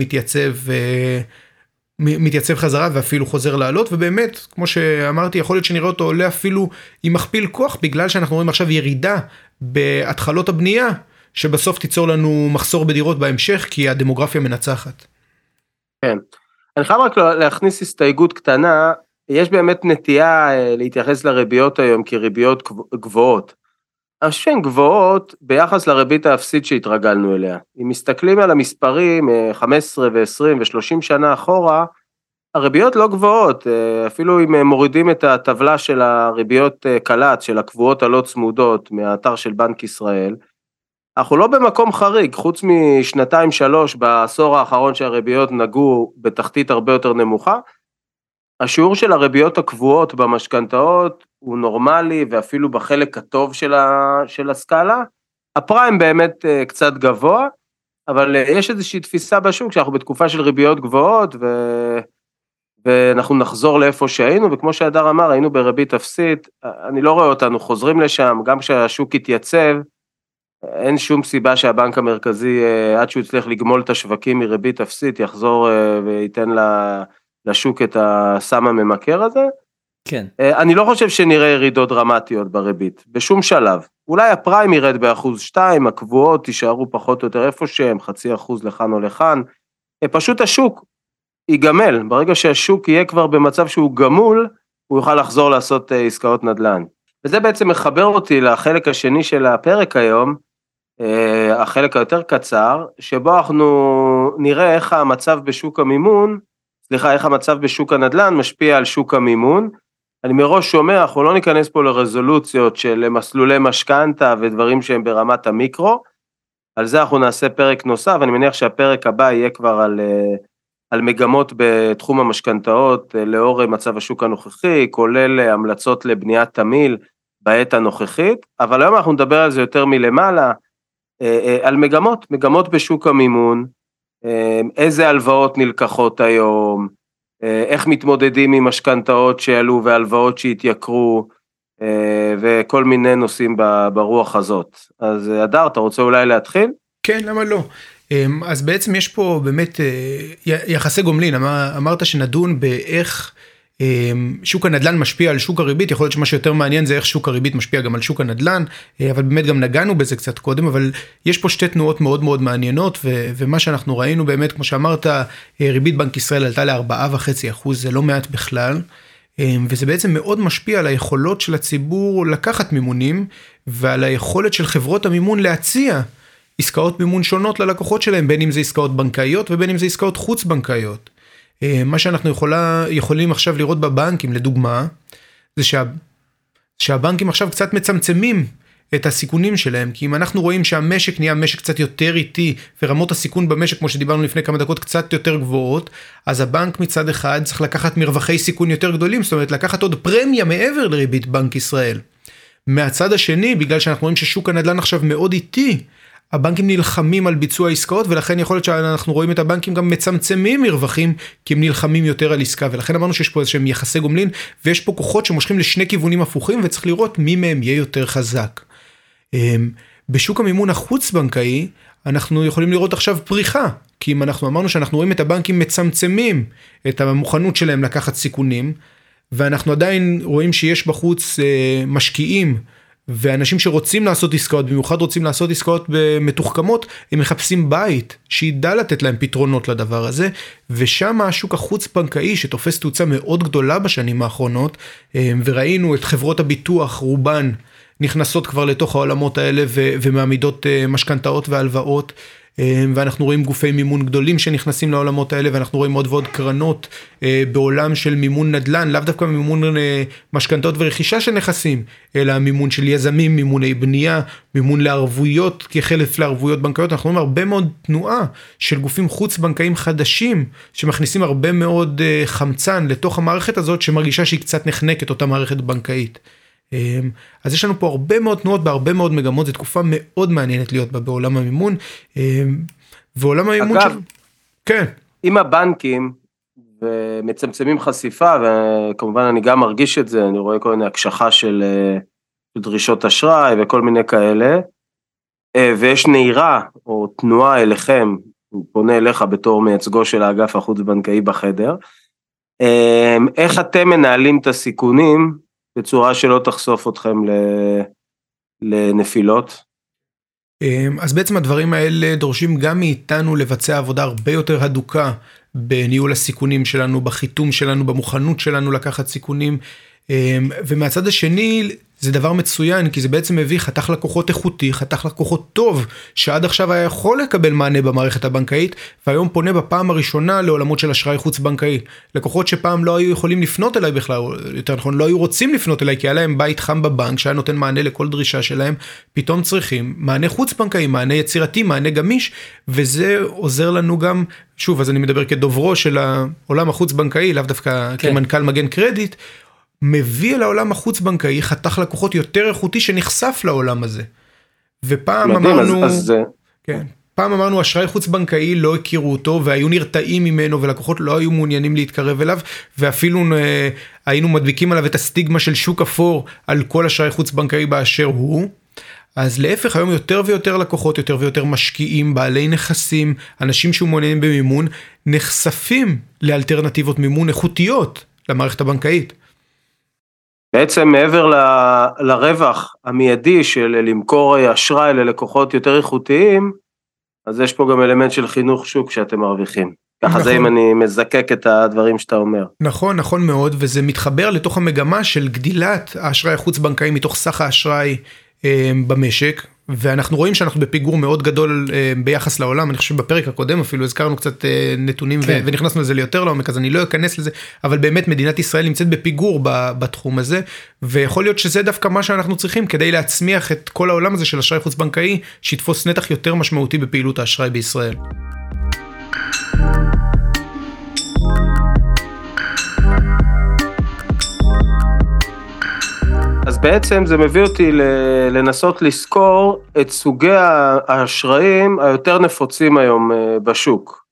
מתייצב חזרה ואפילו חוזר לעלות, ובאמת, כמו שאמרתי, יכול להיות שנראה אותו עולה אפילו עם מכפיל כוח, בגלל שאנחנו רואים עכשיו ירידה בהתחלות הבנייה, שבסוף תיצור לנו מחסור בדירות בהמשך, כי הדמוגרפיה מנצחת. כן.
אני חייב רק להכניס הסתייגות קטנה, יש באמת נטייה להתייחס לריביות היום כריביות גבוהות. אני חושב שהן גבוהות ביחס לריבית האפסית שהתרגלנו אליה. אם מסתכלים על המספרים 15 ו-20 ו-30 שנה אחורה, הריביות לא גבוהות, אפילו אם מורידים את הטבלה של הריביות קלט, של הקבועות הלא צמודות מהאתר של בנק ישראל, אנחנו לא במקום חריג, חוץ משנתיים 3 בעשור האחרון שהריביות נגעו בתחתית הרבה יותר נמוכה, השיעור של הריביות הקבועות במשכנתאות הוא נורמלי, ואפילו בחלק הטוב של הסקאלה, הפריים באמת קצת גבוה, אבל יש איזושהי תפיסה בשוק, שאנחנו בתקופה של ריביות גבוהות, ואנחנו נחזור לאיפה שהיינו, וכמו שהדר אמר, היינו בריבית אפסית, אני לא רואה אותנו חוזרים לשם, גם כשהשוק יתייצב, אין שום סיבה שהבנק המרכזי, עד שהוא יצליח לגמול את השווקים מריבית אפסית, יחזור וייתן לשוק את הסם הממכר הזה.
כן.
אני לא חושב שנראה ירידות דרמטיות בריבית, בשום שלב. אולי הפריים ירד ב1-2%, הקבועות תישארו פחות או יותר איפה שהם, 0.5% לכאן או לכאן. פשוט השוק ייגמל, ברגע שהשוק יהיה כבר במצב שהוא גמול, הוא יוכל לחזור לעשות עסקאות נדל"ן. וזה בעצם מחבר אותי לחלק השני של הפרק היום, החלק היותר קצר, שבו אנחנו נראה איך המצב בשוק המימון, איך המצב בשוק הנדל"ן משפיע על שוק המימון. אני מראש שומע, אנחנו לא ניכנס פה לרזולוציות של מסלולי משכנתא ודברים שהם ברמת המיקרו, על זה אנחנו נעשה פרק נוסף, אני מניח שהפרק הבא יהיה כבר על מגמות בתחום המשכנתאות, לאור מצב השוק הנוכחי, כולל המלצות לבניית תמיל בעת הנוכחית, אבל היום אנחנו נדבר על זה יותר מלמעלה, על מגמות בשוק המימון, איזה הלוואות נלקחות היום, איך מתמודדים עם משכנתאות שעלו והלוואות שהתייקרו, וכל מיני נושאים ברוח הזאת. אז אדר, אתה רוצה אולי להתחיל?
כן, למה לא? אז בעצם יש פה באמת יחסי גומלין, אמרת שנדון באיך שוק הנדל"ן משפיע על שוק הריבית, יכול להיות שמה שיותר מעניין זה איך שוק הריבית משפיע גם על שוק הנדל"ן, אבל באמת גם נגענו בזה קצת קודם, אבל יש פה שתי תנועות מאוד מאוד מעניינות, ומה שאנחנו ראינו באמת, כמו שאמרת, ריבית בנק ישראל עלתה ל4.5%, זה לא מעט בכלל, וזה בעצם מאוד משפיע על היכולות של הציבור לקחת מימונים, ועל היכולת של חברות המימון להציע עסקאות מימון שונות ללקוחות שלהם, בין אם זה עסקאות בנקאיות ובין אם זה עסקאות חוץ בנקאיות. מה שאנחנו יכולים עכשיו לראות בבנקים, לדוגמה, זה שהבנקים עכשיו קצת מצמצמים את הסיכונים שלהם, כי אם אנחנו רואים שהמשק נהיה משק קצת יותר איטי, ורמות הסיכון במשק, כמו שדיברנו לפני כמה דקות, קצת יותר גבוהות, אז הבנק מצד אחד צריך לקחת מרווחי סיכון יותר גדולים, זאת אומרת לקחת עוד פרמיה מעבר לריבית בנק ישראל. מהצד השני, בגלל שאנחנו רואים ששוק הנדל"ן עכשיו מאוד איטי, הבנקים נלחמים על ביצוע עסקאות, ולכן יכול להיות שאנחנו רואים את הבנקים גם מצמצמים מרווחים, כי הם נלחמים יותר על עסקה, ולכן אמרנו שיש פה איזשהם יחסי גומלין, ויש פה כוחות שמושכים לשני כיוונים הפוכים, וצריך לראות מי מהם יהיה יותר חזק. בשוק המימון החוץ בנקאי, אנחנו יכולים לראות עכשיו פריחה, כי אם אנחנו אמרנו שאנחנו רואים את הבנקים מצמצמים את המוכנות שלהם לקחת סיכונים, ואנחנו עדיין רואים שיש בחוץ משקיעים, ואנשים שרוצים לעשות עסקאות, במיוחד רוצים לעשות עסקאות מתוחכמות, הם מחפשים בית שידע לתת להם פתרונות לדבר הזה, ושם השוק החוץ בנקאי שתופס תאוצה מאוד גדולה בשנים האחרונות, וראינו את חברות הביטוח, רובן נכנסות כבר לתוך העולמות האלה, ומעמידות משכנתאות והלוואות, ואנחנו רואים גופי מימון גדולים שנכנסים לעולמות האלה, ואנחנו רואים עוד ועוד קרנות בעולם של מימון נדל"ן, לאו דווקא מימון משכנתאות ורכישה שנכנסים, אלא מימון של יזמים, מימוני בנייה, מימון לערבויות, כחלף לערבויות בנקאיות. אנחנו רואים הרבה מאוד תנועה של גופים חוץ בנקאיים חדשים, שמכניסים הרבה מאוד חמצן לתוך המערכת הזאת, שמרגישה שהיא קצת נחנקת אותה מערכת בנקאית. אז יש לנו פה הרבה מאוד תנועות בהרבה מאוד מגמות, זו תקופה מאוד מעניינת להיות בה בעולם המימון, ועולם המימון
אגב,
כן.
אם הבנקים מצמצמים חשיפה, וכמובן אני גם מרגיש את זה, אני רואה כל מיני הקשחה של דרישות אשראי וכל מיני כאלה, ויש נהירה או תנועה אליכם, הוא פונה אליך בתור מייצגו של האגף החוץ בנקאי בחדר, איך אתם מנהלים את הסיכונים, בצורה שלא תחשוף אתכם לנפילות?
אז בעצם הדברים האלה דורשים גם מאיתנו לבצע עבודה הרבה יותר הדוקה בניהול הסיכונים שלנו, בחיתום שלנו, במוכנות שלנו לקחת סיכונים, ומהצד השני זה דבר מצוין, כי זה בעצם מביא חתך לקוחות איכותי, חתך לקוחות טוב, שעד עכשיו היה יכול לקבל מענה במערכת הבנקאית, והיום פונה בפעם הראשונה לעולמות של אשראי חוץ בנקאי. לקוחות שפעם לא היו יכולים לפנות אליי בכלל, יותר נכון, לא היו רוצים לפנות אליי, כי היה להם בית חם בבנק, שהיה נותן מענה לכל דרישה שלהם, פתאום צריכים מענה חוץ בנקאי, מענה יצירתי, מענה גמיש, וזה עוזר לנו גם, שוב, אז אני מדבר כדוברו של העולם החוץ בנקאי, לאו דווקא כמנכ"ל מגן קרדיט, מביא אל העולם החוץ בנקאי חתך לקוחות יותר איכותי שנחשף לעולם הזה. ופעם אמרנו, כן, פעם אמרנו אשראי חוץ בנקאי לא הכירו אותו והיו נרתעים ממנו ולקוחות לא היו מעוניינים להתקרב אליו, ואפילו היינו מדביקים עליו את הסטיגמה של שוק אפור על כל אשראי חוץ בנקאי באשר הוא. אז להפך, היום יותר ויותר לקוחות, יותר ויותר משקיעים, בעלי נכסים, אנשים שמעוניינים במימון, נחשפים לאלטרנטיבות מימון איכותיות למערכת הבנקאית.
בעצם מעבר לרווח המיידי של למכור אשראי ללקוחות יותר איכותיים, אז יש פה גם אלמנט של חינוך שוק שאתם מרוויחים. ככה נכון. זה אם אני מזקק את הדברים שאתה אומר.
נכון, נכון מאוד, וזה מתחבר לתוך המגמה של גדילת האשראי החוץ-בנקאי מתוך סך האשראי במשק, ואנחנו רואים שאנחנו בפיגור מאוד גדול ביחס לעולם. אני חושב בפרק הקודם אפילו הזכרנו קצת נתונים ונכנסנו לזה ליותר לעומק, אז אני לא אכנס לזה, אבל באמת מדינת ישראל נמצאת בפיגור בתחום הזה, ויכול להיות שזה דווקא מה שאנחנו צריכים כדי להצמיח את כל העולם הזה של אשראי חוץ בנקאי, שיתפוס נתח יותר משמעותי בפעילות האשראי בישראל.
אז בעצם זה מביא אותי לנסות לזכור את סוגי האשראים היותר נפוצים היום בשוק.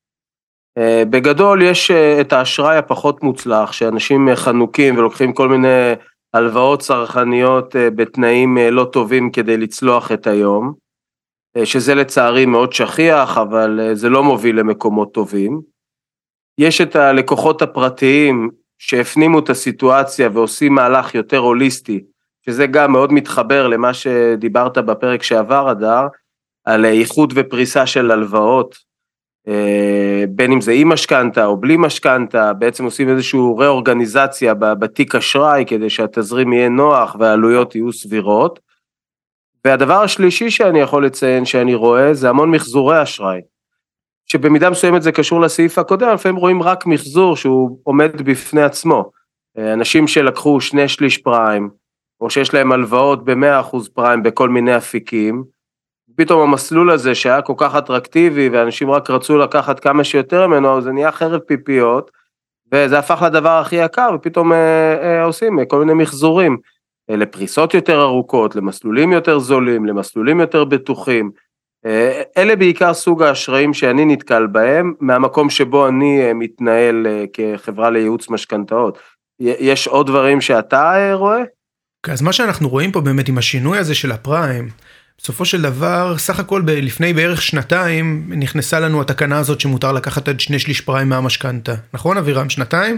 בגדול יש את האשראי הפחות מוצלח, שאנשים חנוקים ולוקחים כל מיני הלוואות צרכניות בתנאים לא טובים כדי לצלוח את היום, שזה לצערי מאוד שכיח, אבל זה לא מוביל למקומות טובים. יש את הלקוחות הפרטיים שהפנימו את הסיטואציה ועושים מהלך יותר הוליסטי, שזה גם מאוד מתחבר למה שדיברת בפרק שעבר, הדר, על איחוד ופריסה של הלוואות, בין אם זה עם משכנתה או בלי משכנתה, בעצם עושים איזושהי ראורגניזציה בתיק אשראי, כדי שהתזרים יהיה נוח והעלויות יהיו סבירות. והדבר השלישי שאני יכול לציין שאני רואה, זה המון מחזורי אשראי, שבמידה מסוימת זה קשור לסעיף הקודם, לפעמים רואים רק מחזור שהוא עומד בפני עצמו, אנשים שלקחו 2/3 פריים, או שיש להם הלוואות ב100% פריים בכל מיני אפיקים, פתאום המסלול הזה שהיה כל כך אטרקטיבי, ואנשים רק רצו לקחת כמה שיותר ממנו, זה נהיה חרב פיפיות, וזה הפך לדבר הכי יקר, ופתאום עושים כל מיני מחזורים, לפריסות יותר ארוכות, למסלולים יותר זולים, למסלולים יותר בטוחים, אלה בעיקר סוג האשראים שאני נתקל בהם, מהמקום שבו אני מתנהל כחברה לייעוץ משכנתאות. יש עוד דברים שאתה רואה?
אז מה שאנחנו רואים פה באמת עם השינוי הזה של הפריים, בסופו של דבר, סך הכל לפני בערך שנתיים, נכנסה לנו התקנה הזאת שמותר לקחת עד 2/3 פריים מהמשכנתה. נכון אבירם, שנתיים?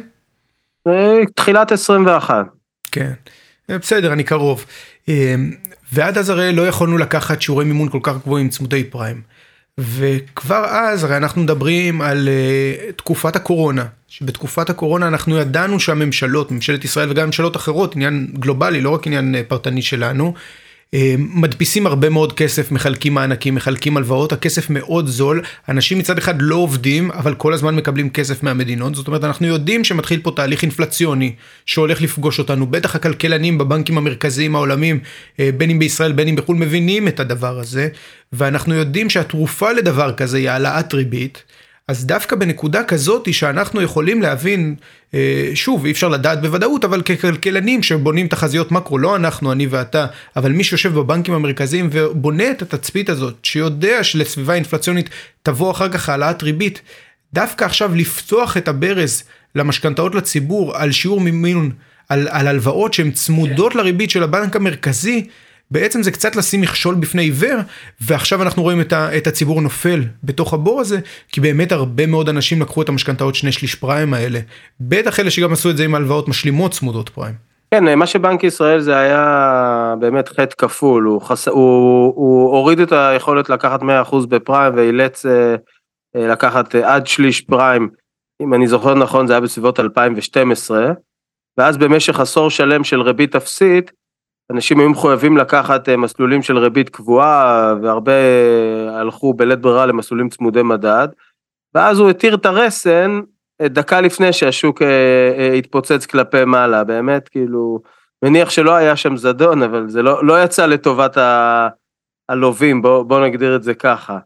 תחילת 21.
כן, בסדר, אני קרוב. ועד אז הרי לא יכולנו לקחת שיעורי מימון כל כך גבוהים צמודי פריים. וכבר אז, הרי אנחנו מדברים על תקופת הקורונה, שבתקופת הקורונה אנחנו ידענו שהממשלות, ממשלת ישראל וגם ממשלות אחרות, עניין גלובלי, לא רק עניין פרטני שלנו, מדפיסים הרבה מאוד כסף, מחלקים מענקים, מחלקים הלוואות, הכסף מאוד זול, אנשים מצד אחד לא עובדים, אבל כל הזמן מקבלים כסף מהמדינות, זאת אומרת אנחנו יודעים שמתחיל פה תהליך אינפלציוני, שהולך לפגוש אותנו, בטח הכלכלנים בבנקים המרכזיים העולמים, בין אם בישראל בין אם בחו"ל מבינים את הדבר הזה, ואנחנו יודעים שהתרופה לדבר כזה היא העלאת ריבית, אז דווקא בנקודה כזאת שאנחנו יכולים להבין, שוב, אי אפשר לדעת בוודאות, אבל ככלכלנים שבונים תחזיות מקרו, לא אנחנו, אני ואתה, אבל מי שיושב בבנקים המרכזיים ובונה את התצפית הזאת, שיודע שלסביבה אינפלציונית תבוא אחר כך העלאת ריבית, דווקא עכשיו לפתוח את הברז למשכנתאות לציבור, על שיעור מימון, על הלוואות שהן צמודות לריבית של הבנק המרכזי, בעצם זה קצת לשים מכשול בפני עיוור, ועכשיו אנחנו רואים את הציבור נופל בתוך הבור הזה, כי באמת הרבה מאוד אנשים לקחו את המשכנתאות 2/3 פריים האלה, בטח אלה שגם עשו את זה עם הלוואות משלימות צמודות פריים.
כן, מה שבנק ישראל זה היה באמת חטא כפול, הוא הוריד את היכולת לקחת 100% בפריים, ואילץ לקחת עד 1/3 פריים, אם אני זוכר נכון זה היה בסביבות 2012, ואז במשך עשור שלם של ריבית אפסית, אנשים היו מחויבים לקחת מסלולים של ריבית קבועה, והרבה הלכו בלית ברירה למסלולים צמודי מדד, ואז הוא התיר את הרסן, דקה לפני שהשוק התפוצץ כלפי מעלה, באמת כאילו, מניח שלא היה שם זדון, אבל זה לא יצא לטובת הלווים, בוא נגדיר את זה ככה.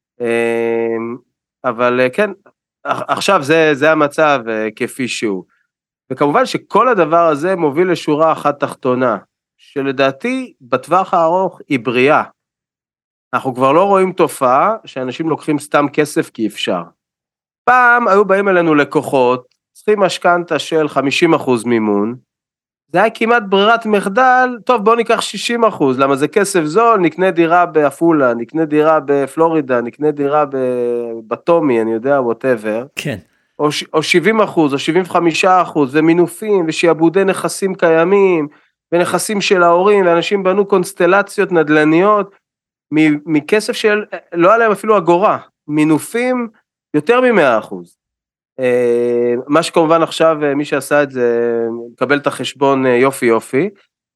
אבל כן, עכשיו זה המצב כפי שהוא. וכמובן שכל הדבר הזה מוביל לשורה אחת תחתונה, שלדעתי בטווח הארוך היא בריאה. אנחנו כבר לא רואים תופעה שאנשים לוקחים סתם כסף כי אפשר. פעם היו באים אלינו לקוחות, צריכים משכנתה של 50% מימון, זה היה כמעט ברירת מחדל, טוב בוא ניקח 60%, למה זה כסף זול, נקנה דירה באפולה, נקנה דירה בפלורידה, נקנה דירה בטומי, אני יודע, whatever.
כן.
או 70% או 75%, ומינופים ושיעבודי נכסים קיימים, ונכסים של ההורים, ואנשים בנו קונסטלציות נדלניות, מכסף של, לא עליהם אפילו אגורה, מינופים יותר מ100%. מה שכמובן עכשיו מי שעשה את זה מקבל את החשבון יופי יופי,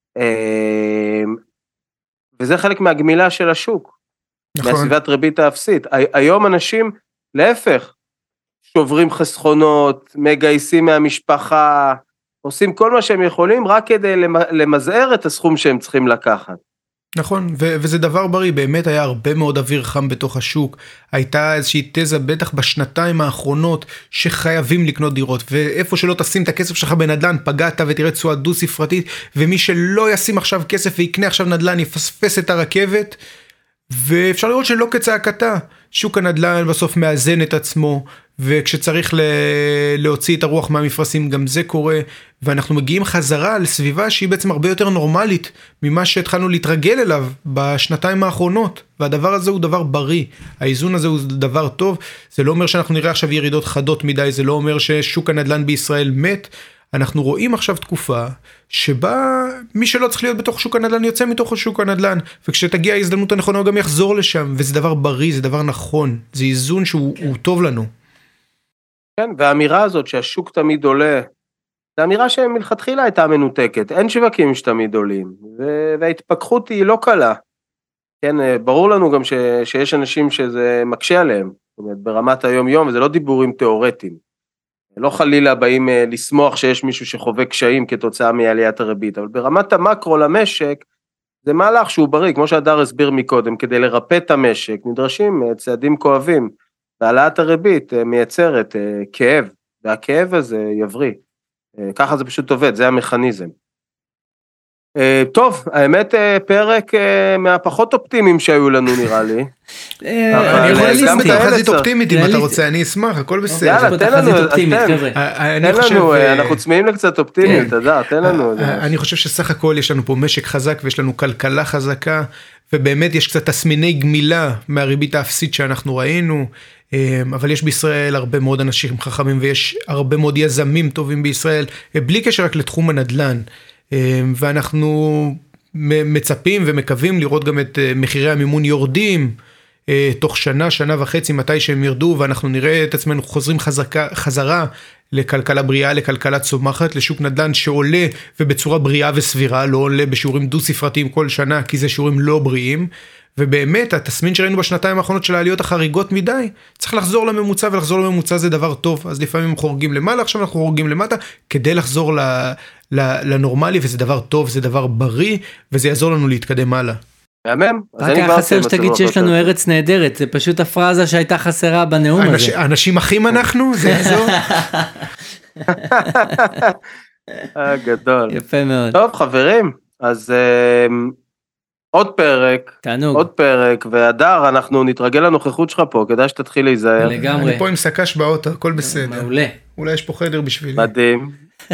וזה חלק מהגמילה של השוק, נכון. מהסביבת ריבית האפסית. היום אנשים להפך שוברים חסכונות, מגייסים מהמשפחה, עושים כל מה שהם יכולים רק כדי למזער את הסכום שהם צריכים לקחת.
נכון, וזה דבר בריא, באמת היה הרבה מאוד אוויר חם בתוך השוק, הייתה איזושהי תזה בטח בשנתיים האחרונות שחייבים לקנות דירות, ואיפה שלא תשים את הכסף שלך בנדלן, פגעת ותראה תשואה דו ספרתית, ומי שלא ישים עכשיו כסף ויקנה עכשיו נדלן, יפספס את הרכבת, ואפשר לראות שלא כצעקתה, שוק הנדלן בסוף מאזן את עצמו, וכשצריך להוציא את הרוח מהמפרשים גם זה קורה, ואנחנו מגיעים חזרה לסביבה שהיא בעצם הרבה יותר נורמלית, ממה שהתחלנו להתרגל אליו בשנתיים האחרונות, והדבר הזה הוא דבר בריא, האיזון הזה הוא דבר טוב, זה לא אומר שאנחנו נראה עכשיו ירידות חדות מדי, זה לא אומר ששוק הנדלן בישראל מת, אנחנו רואים עכשיו תקופה שבה מי שלא צריך להיות בתוך שוק הנדל"ן יוצא מתוך שוק הנדל"ן, וכשתגיע ההזדמנות הנכונה הוא גם יחזור לשם, וזה דבר בריא, זה דבר נכון, זה איזון שהוא טוב לנו.
כן, והאמירה הזאת שהשוק תמיד עולה, זו אמירה שמלכתחילה הייתה מנותקת, אין שווקים שתמיד עולים, וההתפכחות היא לא קלה. כן, ברור לנו גם שיש אנשים שזה מקשה עליהם, זאת אומרת, ברמת היום יום, וזה לא דיבורים תיאורטיים. לא חלילה באים לשמוח שיש מישהו שחווה קשיים כתוצאה מעליית הריבית, אבל ברמת המקרו למשק, זה מהלך שהוא בריא, כמו שהדר הסביר מקודם, כדי לרפא את המשק, נדרשים צעדים כואבים, והעלאת הריבית מייצרת כאב, והכאב הזה יבריא, ככה זה פשוט עובד, זה המכניזם. טוב, האמת פרק מהפחות אופטימיים שהיו לנו נראה לי.
אני יכול לשים בתחזית אופטימית אם אתה רוצה, אני אשמח, הכל בסדר.
יאללה, תן לנו, אנחנו צמאים לקצת אופטימית, תן לנו.
אני חושב שסך הכל יש לנו פה משק חזק ויש לנו כלכלה חזקה, ובאמת יש קצת תסמיני גמילה מהריבית האפסית שאנחנו ראינו, אבל יש בישראל הרבה מאוד אנשים חכמים ויש הרבה מאוד יזמים טובים בישראל, בלי קשר רק לתחום הנדל"ן. ואנחנו מצפים ומקווים לראות גם את מחירי המימון יורדים תוך שנה, שנה וחצי מתי שהם ירדו, ואנחנו נראה את עצמנו חוזרים חזרה לכלכלה בריאה, לכלכלה צומחת, לשוק נדל"ן שעולה ובצורה בריאה וסבירה, לא עולה בשיעורים דו ספרתיים כל שנה, כי זה שיעורים לא בריאים, ובאמת התסמין שראינו בשנתיים האחרונות של העליות החריגות מדי, צריך לחזור לממוצע, ולחזור לממוצע זה דבר טוב, אז לפעמים חורגים למעלה, עכשיו אנחנו חורגים למטה, כדי לחזור לנורמלי, וזה דבר טוב, זה דבר בריא, וזה יעזור לנו להתקדם הלאה.
מהמם.
רק היה חסר שתגיד שיש לנו ארץ נהדרת, זה פשוט הפרזה שהייתה חסרה בנאום הזה.
אנשים אחים אנחנו, זה יעזור.
גדול.
יפה מאוד.
טוב חברים, אז עוד פרק,
תענוג.
עוד פרק, והדר, אנחנו נתרגל לנוכחות שלך פה, כדאי שתתחיל להיזהר.
לגמרי.
אני פה עם סקש באוטו, הכל בסדר.
מעולה.
אולי יש פה חדר בשבילי.
מדהים.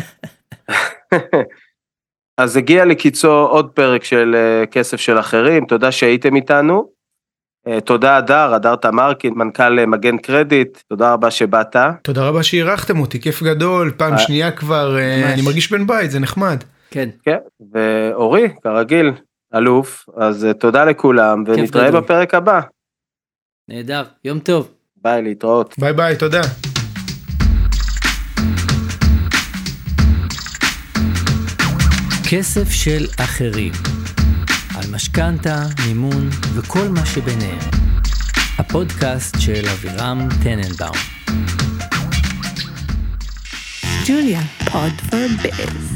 אז הגיע לקיצור עוד פרק של כסף של אחרים, תודה שהייתם איתנו, תודה הדר תמרקין, מנכ"ל מגן קרדיט, תודה רבה שבאת.
תודה רבה שהירחתם אותי, כיף גדול, פעם שנייה כבר, אני מרגיש בן בית, זה נחמד.
כן.
כן, ואורי, כרגיל, אלוף, אז תודה לכולם, ונתראה בפרק הבא.
נהדר, יום טוב.
ביי, להתראות.
ביי ביי, תודה.
כסף של אחרים, על משכנתה, מימון וכל מה שביניהם. הפודקאסט של אבירם טננבאום.
ג'וליה, pod for biz.